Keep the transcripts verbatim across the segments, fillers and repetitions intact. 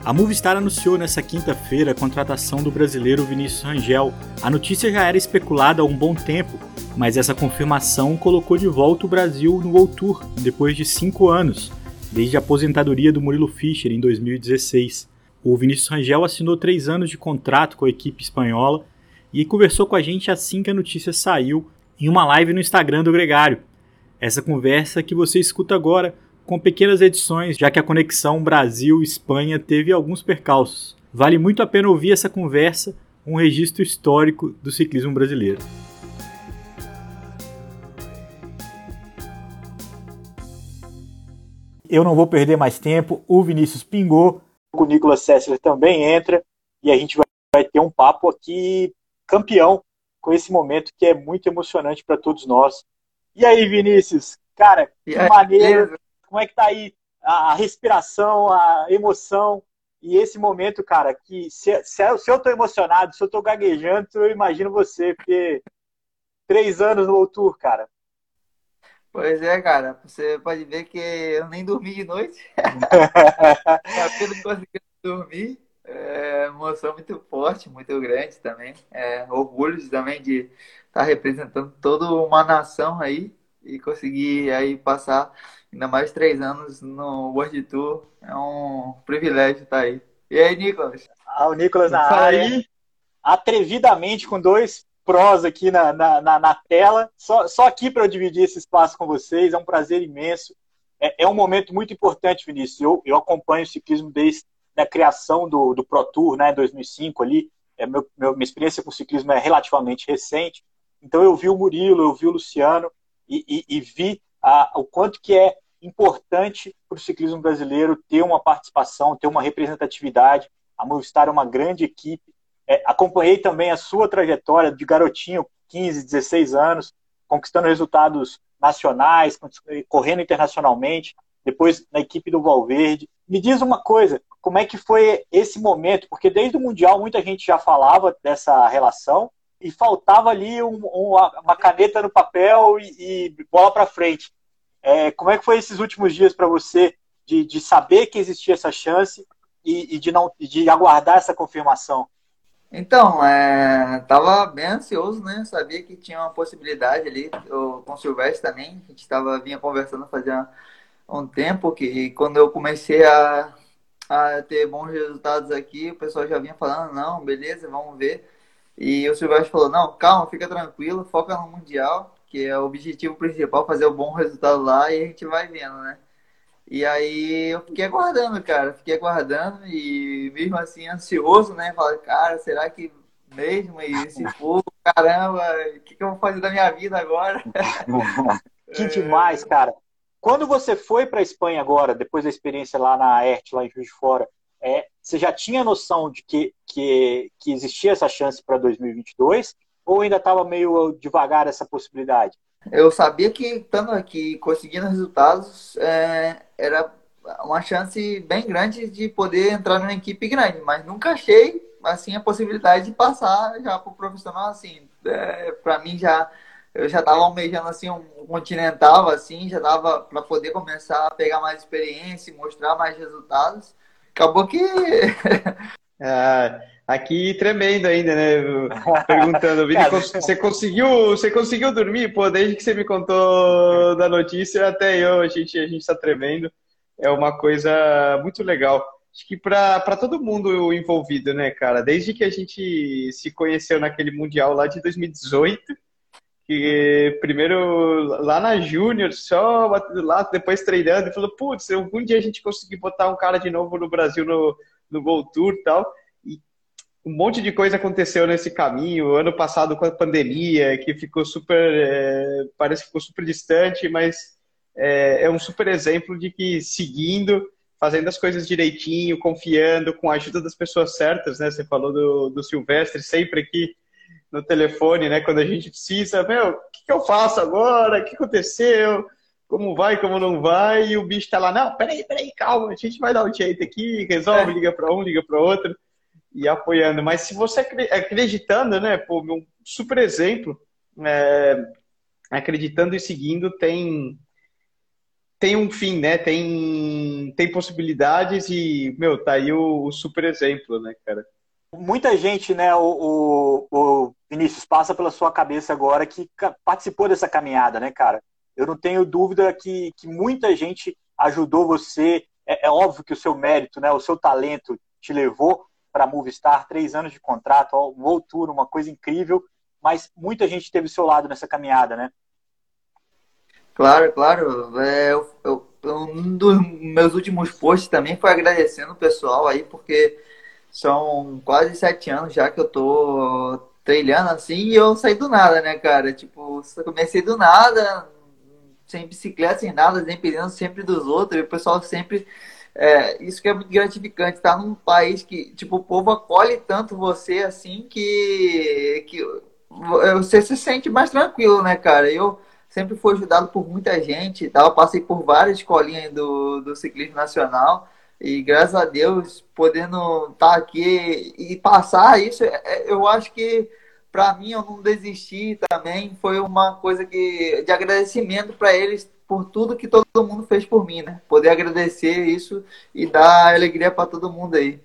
A Movistar anunciou nesta quinta-feira a contratação do brasileiro Vinícius Rangel. A notícia já era especulada há um bom tempo, mas essa confirmação colocou de volta o Brasil no World Tour depois de cinco anos, desde a aposentadoria do Murilo Fischer em dois mil e dezesseis. O Vinícius Rangel assinou três anos de contrato com a equipe espanhola e conversou com a gente assim que a notícia saiu em uma live no Instagram do Gregário. Essa conversa que você escuta agora, com pequenas edições, já que a conexão Brasil-Espanha teve alguns percalços. Vale muito a pena ouvir essa conversa, um registro histórico do ciclismo brasileiro. Eu não vou perder mais tempo, o Vinícius pingou, o Nicolas Sessler também entra, e a gente vai ter um papo aqui campeão com esse momento que é muito emocionante para todos nós. E aí, Vinícius? Cara, que maneiro! Como é que tá aí a respiração, a emoção e esse momento, cara, que se, se, se eu tô emocionado, se eu tô gaguejando, eu imagino você, porque três anos no World Tour, cara. Pois é, cara, você pode ver que eu nem dormi de noite. Apenas consegui dormir. É, emoção muito forte, muito grande também. É, orgulho também de estar representando toda uma nação aí e conseguir aí passar ainda mais três anos no World Tour. É um privilégio estar aí. E aí, Nicolas? Ah, o Nicolas na área, atrevidamente com dois prós aqui na, na, na, na tela. Só, só aqui para eu dividir esse espaço com vocês, é um prazer imenso. É, é um momento muito importante, Vinícius. Eu, eu acompanho o ciclismo desde a criação do, do Pro Tour, né, em dois mil e cinco ali. É, meu, meu, minha experiência com o ciclismo é relativamente recente. Então eu vi o Murilo, eu vi o Luciano e, e, e vi a, o quanto que é importante para o ciclismo brasileiro ter uma participação, ter uma representatividade. A Movistar é uma grande equipe. É, acompanhei também a sua trajetória de garotinho, quinze, dezesseis anos, conquistando resultados nacionais, correndo internacionalmente, depois na equipe do Valverde. Me diz uma coisa, como é que foi esse momento? Porque desde o Mundial muita gente já falava dessa relação e faltava ali um, um, uma caneta no papel e, e bola para frente. É, como é que foi esses últimos dias para você de, de saber que existia essa chance e, e de, não, de aguardar essa confirmação? Então, é, tava bem ansioso, né? Sabia que tinha uma possibilidade ali eu, com o Silvestre também. A gente tava, vinha conversando fazia um tempo que quando eu comecei a, a ter bons resultados aqui, o pessoal já vinha falando, não, beleza, vamos ver. E o Silvestre falou, não, calma, fica tranquilo, foca no Mundial, que é o objetivo principal, fazer o bom resultado lá e a gente vai vendo, né? E aí eu fiquei aguardando, cara, fiquei aguardando e mesmo assim ansioso, né? Falei, cara, será que mesmo? E se for, caramba, o que, que eu vou fazer da minha vida agora? Que demais, cara. Quando você foi para a Espanha agora, depois da experiência lá na Aert, lá em Juiz de Fora, é, você já tinha noção de que, que, que existia essa chance para dois mil e vinte e dois ou ainda estava meio devagar essa possibilidade? Eu sabia que estando aqui, conseguindo resultados, é, era uma chance bem grande de poder entrar numa equipe grande, mas nunca achei assim a possibilidade de passar já para o profissional assim. É, para mim já eu já estava almejando assim um continental assim, já dava para poder começar a pegar mais experiência e mostrar mais resultados. Acabou que Ah, aqui tremendo ainda, né? Perguntando, Vini, você conseguiu, você conseguiu dormir? Pô, desde que você me contou da notícia até eu, a gente, a gente tá tremendo. É uma coisa muito legal. Acho que para para todo mundo envolvido, né, cara? Desde que a gente se conheceu naquele Mundial lá de dois mil e dezoito, que primeiro lá na Júnior, só batendo lá, depois treinando, e falou, putz, algum dia a gente conseguir botar um cara de novo no Brasil no, no World Tour e tal. E um monte de coisa aconteceu nesse caminho. Ano passado com a pandemia, que ficou super, é, parece que ficou super distante, mas é, é um super exemplo de que seguindo, fazendo as coisas direitinho, confiando, com a ajuda das pessoas certas, né? Você falou do, do Silvestre, sempre aqui no telefone, né? Quando a gente precisa, meu, o que, que eu faço agora? O que aconteceu? Como vai, como não vai? E o bicho tá lá, não, peraí, peraí, calma, a gente vai dar um jeito aqui, resolve, liga para um, liga para outro, e apoiando. Mas se você acreditando, né, pô, um super exemplo, é, acreditando e seguindo, tem, tem um fim, né? Tem, tem possibilidades e, meu, tá aí o, o super exemplo, né, cara? Muita gente, né, o, o, o Vinícius, passa pela sua cabeça agora que participou dessa caminhada, né, cara? Eu não tenho dúvida que, que muita gente ajudou você. É, é óbvio que o seu mérito, né, o seu talento te levou para a Movistar, três anos de contrato, um World Tour, uma coisa incrível, mas muita gente teve o seu lado nessa caminhada, né? Claro, claro. É, eu, eu, um dos meus últimos posts também foi agradecendo o pessoal aí, porque são quase sete anos já que eu tô trilhando assim e eu saí do nada, né, cara? Tipo, eu comecei do nada, sem bicicleta, sem nada, dependendo sempre dos outros, e o pessoal sempre. É, isso que é muito gratificante, tá num país que, tipo, o povo acolhe tanto você assim que, que você se sente mais tranquilo, né, cara? Eu sempre fui ajudado por muita gente e tal, passei por várias escolinhas do, do ciclismo nacional. E graças a Deus, podendo estar aqui e passar isso, é- é- eu acho que para mim eu não desisti também. Foi uma coisa que de agradecimento para eles por tudo que todo mundo fez por mim, né? Poder agradecer isso e dar alegria para todo mundo aí.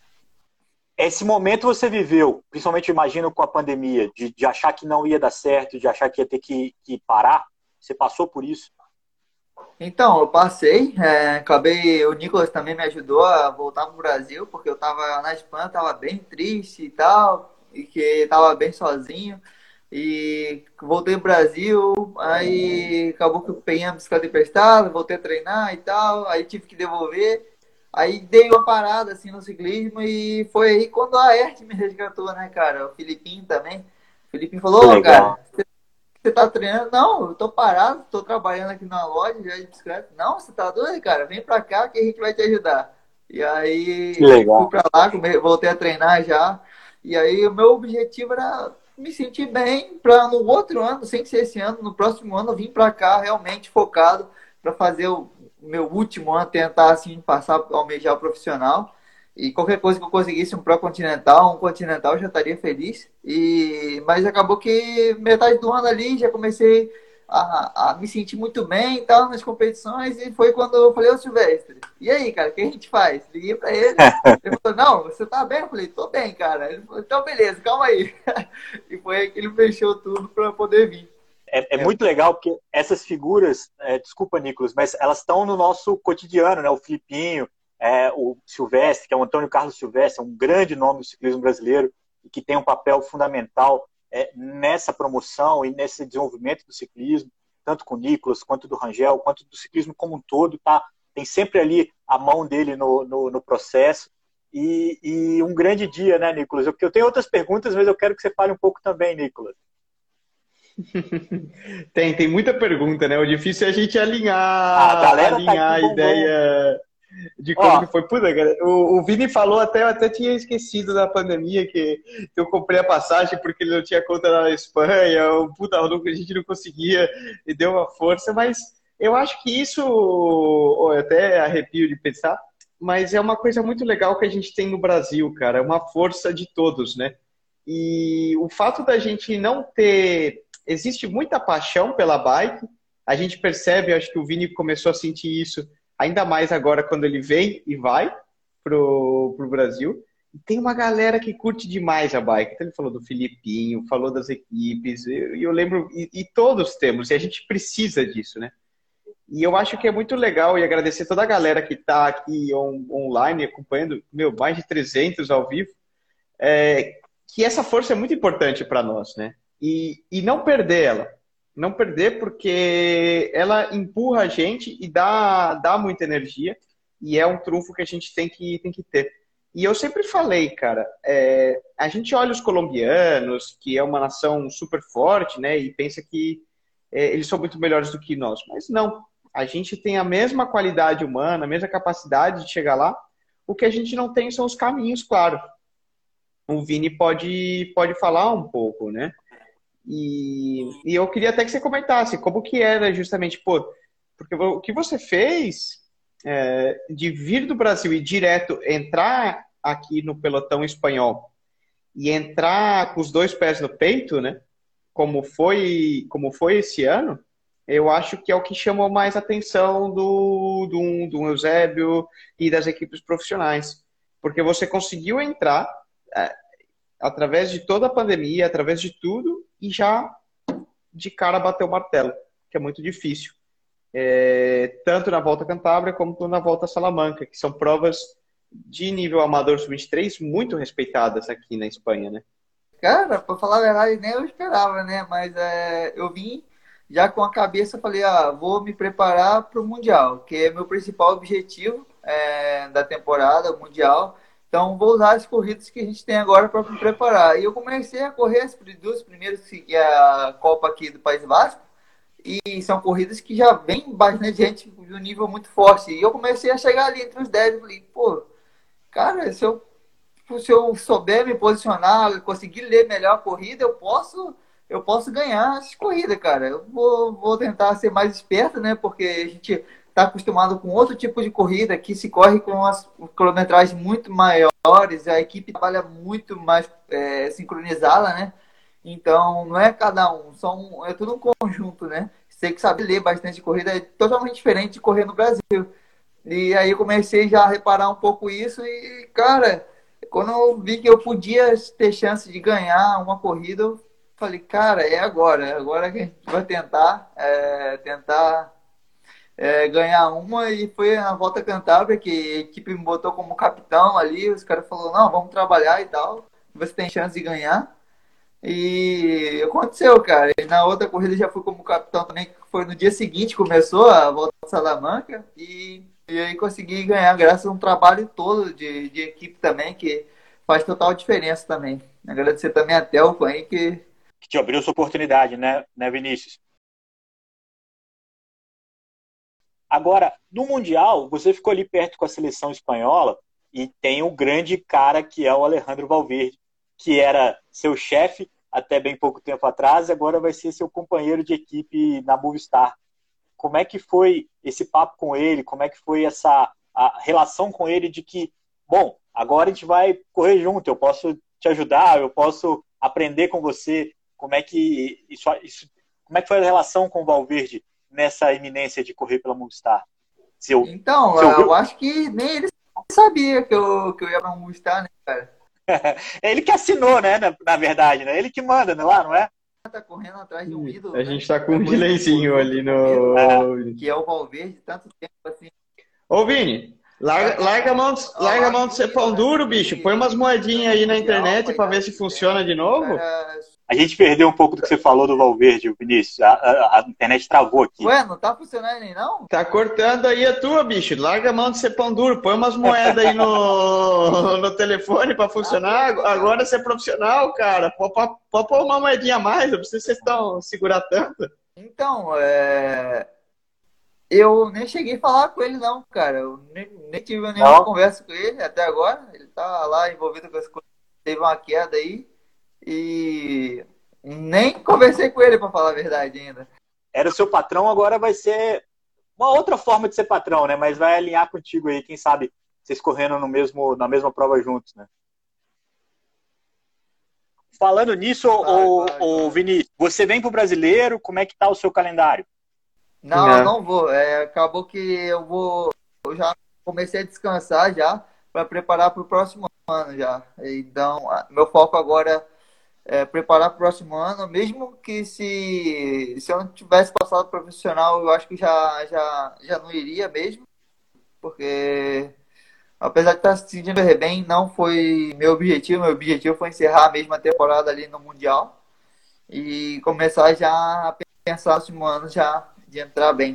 Esse momento você viveu, principalmente imagino com a pandemia, de, de achar que não ia dar certo, de achar que ia ter que, que parar. Você passou por isso? Então, eu passei, é, acabei, o Nicolas também me ajudou a voltar pro Brasil, porque eu tava na Espanha, tava bem triste e tal, e que tava bem sozinho. E voltei pro Brasil, aí acabou que eu peguei a bicicleta emprestada, voltei a treinar e tal, aí tive que devolver. Aí dei uma parada assim no ciclismo e foi aí quando a Ert me resgatou, né, cara? O Filipinho também. O Filipinho Que falou, ô, legal. cara, você tá treinando? Não, eu tô parado, tô trabalhando aqui na loja já de bicicleta. Não, você tá doido, cara? Vem pra cá que a gente vai te ajudar. E Que aí fui legal. pra lá, come- voltei a treinar já. E aí o meu objetivo era me sentir bem para no outro ano, sem ser esse ano, no próximo ano eu vim pra cá realmente focado para fazer o meu último ano, tentar assim passar, almejar o profissional. E qualquer coisa que eu conseguisse um Pro Continental, um Continental, eu já estaria feliz. E, mas acabou que metade do ano ali já comecei a, a me sentir muito bem e tal nas competições. E foi quando eu falei, ô Silvestre, e aí, cara, o que a gente faz? Liguei pra ele. Ele falou, não, você tá bem? Eu falei, tô bem, cara. Ele falou, então beleza, calma aí. E foi aí que ele fechou tudo pra poder vir. É, é muito legal porque essas figuras, é, desculpa, Nicolas, mas elas estão no nosso cotidiano, né? O Filipinho, é, o Silvestre, que é o Antônio Carlos Silvestre, é um grande nome do ciclismo brasileiro e que tem um papel fundamental é, nessa promoção e nesse desenvolvimento do ciclismo, tanto com o Nicolas, quanto do Rangel, quanto do ciclismo como um todo, tá? Tem sempre ali a mão dele no, no, no processo. E, e um grande dia, né, Nicolas? Eu, eu tenho outras perguntas, mas eu quero que você fale um pouco também, Nicolas. Tem, tem muita pergunta, né? O difícil é a gente Ah, a alinhar, galera tá alinhar aqui a bombando. ideia de como Ó, que foi. Puta, cara, o, o Vini falou até, eu até tinha esquecido da pandemia que, que eu comprei a passagem porque ele não tinha conta na Espanha, um puta, a gente não conseguia e deu uma força, mas eu acho que isso, oh, eu até arrepio de pensar, mas é uma coisa muito legal que a gente tem no Brasil, cara, é uma força de todos, né? E o fato da gente não ter. Existe muita paixão pela bike, a gente percebe, acho que o Vini começou a sentir isso ainda mais agora quando ele vem e vai pro, pro Brasil. E tem uma galera que curte demais a bike. Então ele falou do Filipinho, falou das equipes, e eu, eu lembro, e, e todos temos, e a gente precisa disso, né? E eu acho que é muito legal e agradecer toda a galera que está aqui on, online acompanhando, meu, mais de trezentos ao vivo, é, que essa força é muito importante para nós, né? E, e não perder ela. Não perder porque ela empurra a gente e dá, dá muita energia e é um trunfo que a gente tem que, tem que ter. E eu sempre falei, cara, é, a gente olha os colombianos, que é uma nação super forte, né? E pensa que é, eles são muito melhores do que nós. Mas não. A gente tem a mesma qualidade humana, a mesma capacidade de chegar lá. O que a gente não tem são os caminhos, claro. O Vini pode, pode falar um pouco, né? E, e eu queria até que você comentasse como que era justamente, pô, porque o que você fez é, de vir do Brasil e direto entrar aqui no pelotão espanhol e entrar com os dois pés no peito, né? Como foi, como foi esse ano, eu acho que é o que chamou mais atenção do, do, do Eusébio e das equipes profissionais. Porque você conseguiu entrar é, através de toda a pandemia, através de tudo, e já de cara bater o martelo, que é muito difícil. É, tanto na Volta Cantábria como na Volta Salamanca, que são provas de nível amador sub vinte e três muito respeitadas aqui na Espanha, né? Cara, pra falar a verdade, nem eu esperava, né? Mas é, eu vim já com a cabeça, falei, ah, vou me preparar para o Mundial, que é meu principal objetivo é, da temporada, o Mundial. Então, vou usar as corridas que a gente tem agora para me preparar. E eu comecei a correr as duas primeiras, que é a Copa aqui do País Basco, e são corridas que já vem bastante gente de um nível muito forte. E eu comecei a chegar ali entre os dez, e falei, pô, cara, se eu se eu souber me posicionar, conseguir ler melhor a corrida, eu posso, eu posso ganhar as corridas, cara. Eu vou, vou tentar ser mais esperto, né? Porque a gente está acostumado com outro tipo de corrida que se corre com as quilometragens muito maiores, a equipe trabalha muito mais é, sincronizada, né? Então, não é cada um, são, é tudo um conjunto, né? Você tem que saber ler bastante corrida, é totalmente diferente de correr no Brasil. E aí eu comecei já a reparar um pouco isso e, cara, quando eu vi que eu podia ter chance de ganhar uma corrida, eu falei, cara, é agora. É agora que a gente vai tentar, é, tentar é, ganhar uma. E foi a Volta Cantábria que a equipe me botou como capitão ali. Os caras falaram, não, vamos trabalhar e tal. Você tem chance de ganhar. E aconteceu, cara. E na outra corrida já fui como capitão também, que foi no dia seguinte, começou a Volta de Salamanca. E, e aí consegui ganhar, graças a um trabalho todo de, de equipe também, que faz total diferença também. Agradecer também a Telco aí, que... Que te abriu essa oportunidade, né, né, Vinícius? Agora, no Mundial, você ficou ali perto com a seleção espanhola e tem o grande cara que é o Alejandro Valverde, que era seu chefe até bem pouco tempo atrás e agora vai ser seu companheiro de equipe na Movistar. Como é que foi esse papo com ele? Como é que foi essa a relação com ele de que, bom, agora a gente vai correr junto, eu posso te ajudar, eu posso aprender com você. Como é que isso, isso como é que foi a relação com o Valverde nessa iminência de correr pela Movistar? Seu, então, seu eu acho que nem ele sabia que eu, que eu ia pra Movistar, né, cara? É ele que assinou, né, na, na verdade, né? Ele que manda, né, lá, não é? Tá correndo atrás de um ídolo. A né? gente tá com um delayzinho ali no... É, que é o Valverde, tanto tempo assim. Ô, Vini, larga, larga a mão, larga a mão de ser pão duro, bicho. Põe umas moedinhas aí na internet pra ver se funciona de novo. A gente perdeu um pouco do que você falou do Valverde, Vinícius. A, a, a internet travou aqui. Ué, não tá funcionando nem não? Tá cortando aí a tua, bicho. Larga a mão de ser pão duro. Põe umas moedas aí no, no telefone pra funcionar. Agora você é profissional, cara. Pode pôr uma moedinha a mais. Não precisa vocês estão segurar tanto. Então, é... eu nem cheguei a falar com ele não, cara. Eu nem, nem tive nenhuma não. conversa com ele até agora. Ele tá lá envolvido com as coisas. Teve uma queda aí. E nem conversei com ele, para falar a verdade ainda. Era o seu patrão, agora vai ser uma outra forma de ser patrão, né? Mas vai alinhar contigo aí, quem sabe vocês correndo no mesmo, na mesma prova juntos, né? Falando nisso, vai, o, vai, o vai. Vinícius, você vem pro Brasileiro, como é que tá o seu calendário? Não, não, não vou. É, acabou que eu vou. Eu já comecei a descansar já para preparar para o próximo ano já. Então, meu foco agora é preparar para o próximo ano, mesmo que se, se eu não tivesse passado profissional, eu acho que já, já, já não iria mesmo, porque apesar de estar se sentindo bem, não foi meu objetivo, meu objetivo foi encerrar a mesma temporada ali no Mundial e começar já a pensar no próximo ano já de entrar bem.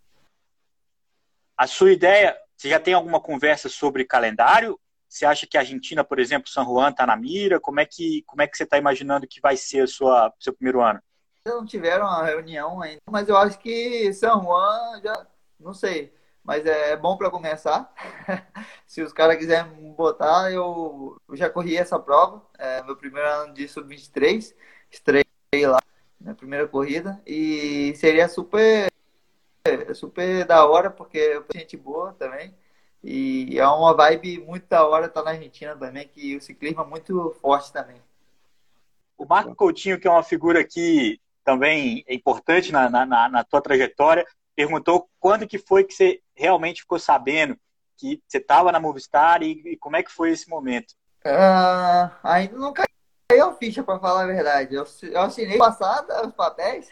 A sua ideia, você já tem alguma conversa sobre calendário? Você acha que a Argentina, por exemplo, San Juan está na mira? Como é que, como é que você está imaginando que vai ser o seu primeiro ano? Não tiveram uma reunião ainda, mas eu acho que San Juan já, não sei, mas é bom para começar. Se os caras quiserem botar, eu, eu já corri essa prova, é meu primeiro ano de sub vinte e três, estreiei lá na primeira corrida e seria super, super da hora, porque é gente boa também. E é uma vibe muito da hora estar na Argentina também, que o ciclismo é muito forte também. O Marco Coutinho, que é uma figura que também é importante na, na, na tua trajetória, perguntou quando que foi que você realmente ficou sabendo que você estava na Movistar e, e como é que foi esse momento? Uh, ainda não caiu a ficha, para falar a verdade. Eu, eu assinei passada os papéis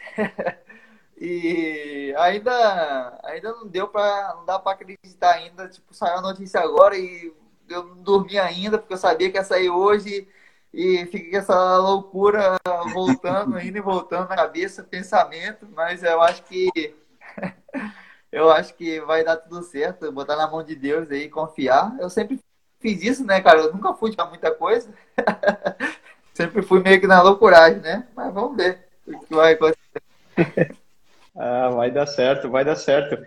e ainda, ainda não deu para, não dá para acreditar ainda. Tipo, saiu a notícia agora e eu não dormi ainda porque eu sabia que ia sair hoje e fica com essa loucura voltando, indo e voltando na cabeça, pensamento. Mas eu acho que eu acho que vai dar tudo certo. Botar na mão de Deus aí, confiar. Eu sempre fiz isso, né, cara? Eu nunca fui de muita coisa. Sempre fui meio que na loucuragem, né? Mas vamos ver o que vai acontecer. Ah, vai dar certo, vai dar certo.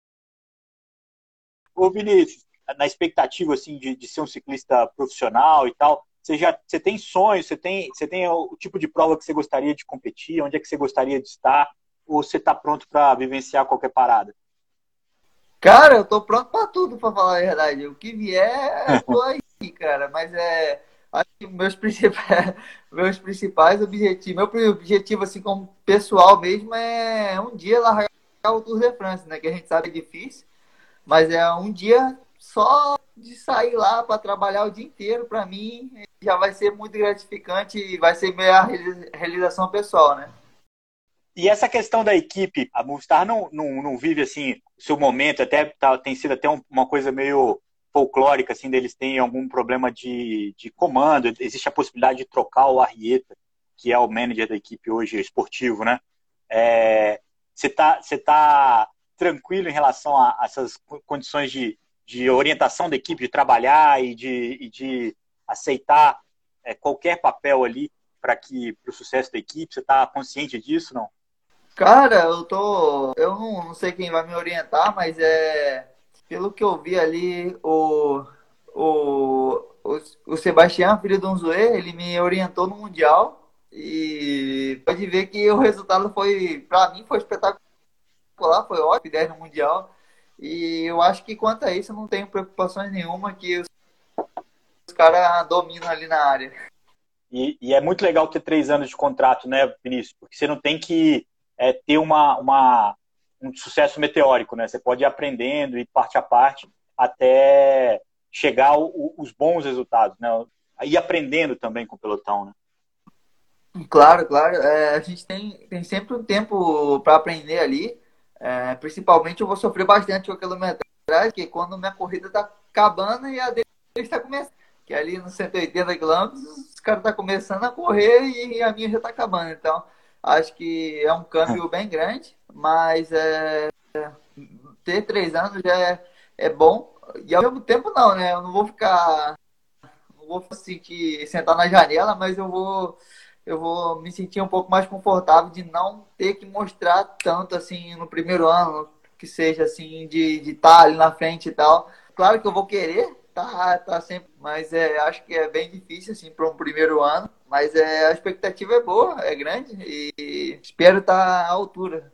Ô, Vinícius, na expectativa assim, de, de ser um ciclista profissional e tal, você já você tem sonhos, você tem, você tem o tipo de prova que você gostaria de competir, onde é que você gostaria de estar, ou você está pronto para vivenciar qualquer parada? Cara, eu tô pronto pra tudo, pra falar a verdade. O que vier, eu tô aí, cara. Mas é. Acho que meus principais, meus principais objetivos. Meu objetivo, assim, como pessoal mesmo, é um dia largar o Tour de France, né? Que a gente sabe que é difícil. Mas é um dia só de sair lá para trabalhar o dia inteiro, pra mim, já vai ser muito gratificante e vai ser minha realização pessoal, né? E essa questão da equipe, a Movistar não, não, não vive assim o seu momento, até tá, tem sido até um, uma coisa meio folclórica, assim, deles têm algum problema de, de comando, existe a possibilidade de trocar o Arrieta, que é o manager da equipe hoje esportivo, né? É, você tá, você tá tranquilo em relação a, a essas condições de, de orientação da equipe, de trabalhar e de, e de aceitar é, qualquer papel ali para que para o sucesso da equipe? Você está consciente disso, não? Cara, eu tô. Eu não, não sei quem vai me orientar, mas é. Pelo que eu vi ali, o. O, o, o Sebastião, filho do Unzué, ele me orientou no Mundial. E pode ver que o resultado foi. Pra mim, foi espetacular, foi ótimo, dez no Mundial. E eu acho que quanto a isso, eu não tenho preocupações nenhuma, que os, os caras dominam ali na área. E, e é muito legal ter três anos de contrato, né, Vinícius? Porque você não tem que é, ter uma, uma, um sucesso meteórico, né? Você pode ir aprendendo e parte a parte até chegar o, os bons resultados, né? Ir aprendendo também com o pelotão, né? Claro, claro. É, a gente tem, tem sempre um tempo para aprender ali. É, principalmente eu vou sofrer bastante com a quilometragem, que quando minha corrida está acabando e a dele está começando. Que ali nos cento e oitenta quilômetros, os caras estão tá começando a correr e a minha já está acabando. Então, acho que é um câmbio bem grande, mas é, ter três anos já é, é bom. E ao mesmo tempo não, né? Eu não vou ficar... Não vou sentir, sentar na janela, mas eu vou... eu vou me sentir um pouco mais confortável de não ter que mostrar tanto assim no primeiro ano, que seja assim, de estar de tá ali na frente e tal. Claro que eu vou querer, tá, tá sempre, mas é, acho que é bem difícil assim para um primeiro ano, mas é, a expectativa é boa, é grande e espero estar à altura.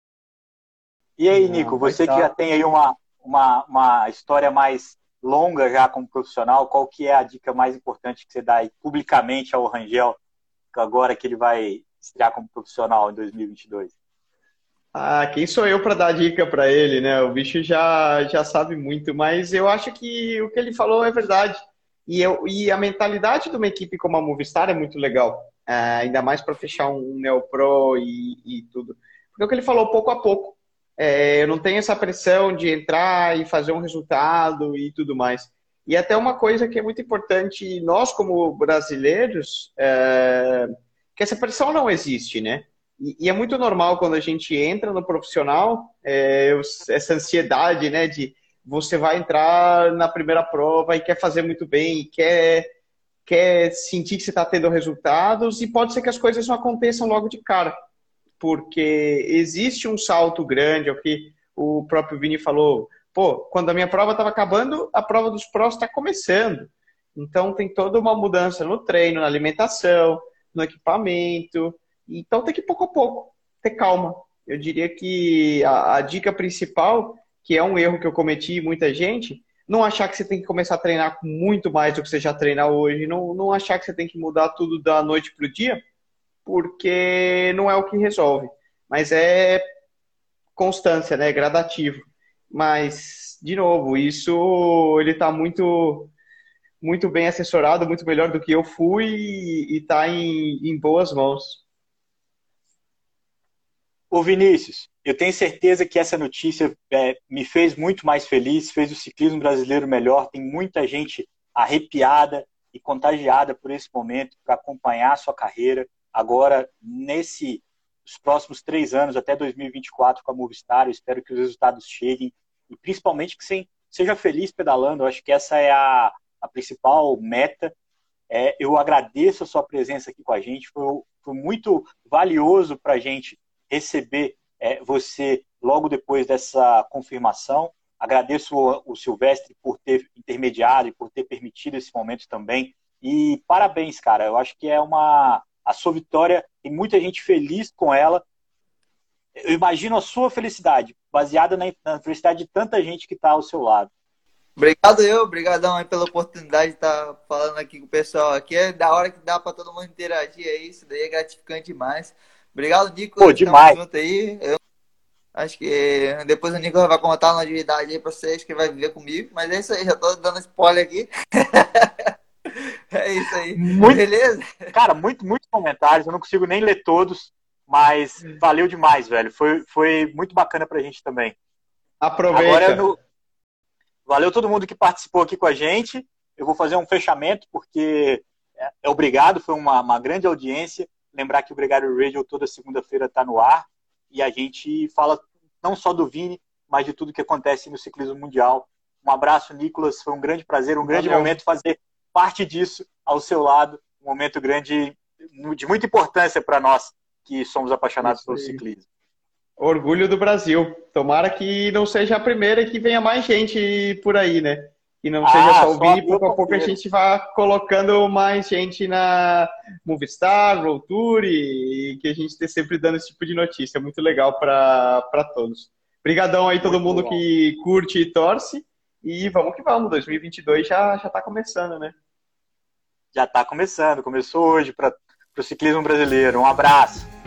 E aí, Nico, Não, você que já tem aí uma, uma, uma história mais longa já como profissional, qual que é a dica mais importante que você dá aí publicamente ao Rangel, agora que ele vai estrear como profissional em dois mil e vinte e dois? Ah, quem sou eu para dar dica para ele, né? O bicho já, já sabe muito, mas eu acho que o que ele falou é verdade. E, eu, e a mentalidade de uma equipe como a Movistar é muito legal, é, ainda mais para fechar um, um Neopro e, e tudo. Porque o que ele falou, pouco a pouco. É, eu não tenho essa pressão de entrar e fazer um resultado e tudo mais. E até uma coisa que é muito importante, nós como brasileiros, é, que essa pressão não existe, né? E, e é muito normal quando a gente entra no profissional, é, essa ansiedade, né, de você vai entrar na primeira prova e quer fazer muito bem, e quer, quer sentir que você está tendo resultados, e pode ser que as coisas não aconteçam logo de cara, porque existe um salto grande, é o que o próprio Vini falou. Pô, quando a minha prova estava acabando, a prova dos prós está começando. Então tem toda uma mudança no treino, na alimentação, no equipamento. Então tem que pouco a pouco ter calma. Eu diria que a, a dica principal, que é um erro que eu cometi muita gente, não achar que você tem que começar a treinar com muito mais do que você já treina hoje, não, não achar que você tem que mudar tudo da noite para o dia, porque não é o que resolve, mas é constância, né? Gradativo. Mas, de novo, isso ele está muito, muito bem assessorado, muito melhor do que eu fui e está em, em boas mãos. Ô Vinícius, eu tenho certeza que essa notícia é, me fez muito mais feliz, fez o ciclismo brasileiro melhor. Tem muita gente arrepiada e contagiada por esse momento para acompanhar a sua carreira. Agora, nesses próximos três anos, até dois mil e vinte e quatro com a Movistar, eu espero que os resultados cheguem e principalmente que você seja feliz pedalando. Eu acho que essa é a, a principal meta. É, eu agradeço a sua presença aqui com a gente, foi, foi muito valioso para a gente receber é, você logo depois dessa confirmação. Agradeço o, o Silvestre por ter intermediado e por ter permitido esse momento também. E parabéns, cara. Eu acho que é uma... A sua vitória, tem muita gente feliz com ela. Eu imagino a sua felicidade, baseada na, na felicidade de tanta gente que está ao seu lado. Obrigado eu, obrigadão aí pela oportunidade de estar falando aqui com o pessoal aqui. É da hora que dá para todo mundo interagir aí, isso daí é gratificante demais. Obrigado, Nicolas. Pô, demais. Tamo junto aí. Eu acho que depois o Nicolas vai contar uma novidade aí para vocês que vai viver comigo, mas é isso aí, já tô dando spoiler aqui. É isso aí. Muito, beleza? Cara, muito, muitos comentários, eu não consigo nem ler todos, mas valeu demais, velho. Foi, foi muito bacana pra gente também. Aproveita. Agora, no... Valeu todo mundo que participou aqui com a gente. Eu vou fazer um fechamento, porque é, é obrigado, foi uma, uma grande audiência. Lembrar que o Gregário Radio toda segunda-feira está no ar e a gente fala não só do Vini, mas de tudo que acontece no ciclismo mundial. Um abraço, Nicolas. Foi um grande prazer, um grande Valeu. momento fazer parte disso ao seu lado. Um momento grande, de muita importância para nós que somos apaixonados pelo ciclismo. Orgulho do Brasil. Tomara que não seja a primeira e que venha mais gente por aí, né? Que não Ah, seja só o só Vini, a pouco a pouco a gente vai colocando mais gente na Movistar, World Tour e que a gente esteja sempre dando esse tipo de notícia. Muito legal para todos. Obrigadão aí todo Muito mundo bom. que curte e torce. E vamos que vamos, dois mil e vinte e dois já, já tá começando, né? Já está começando, começou hoje para o ciclismo brasileiro. Um abraço.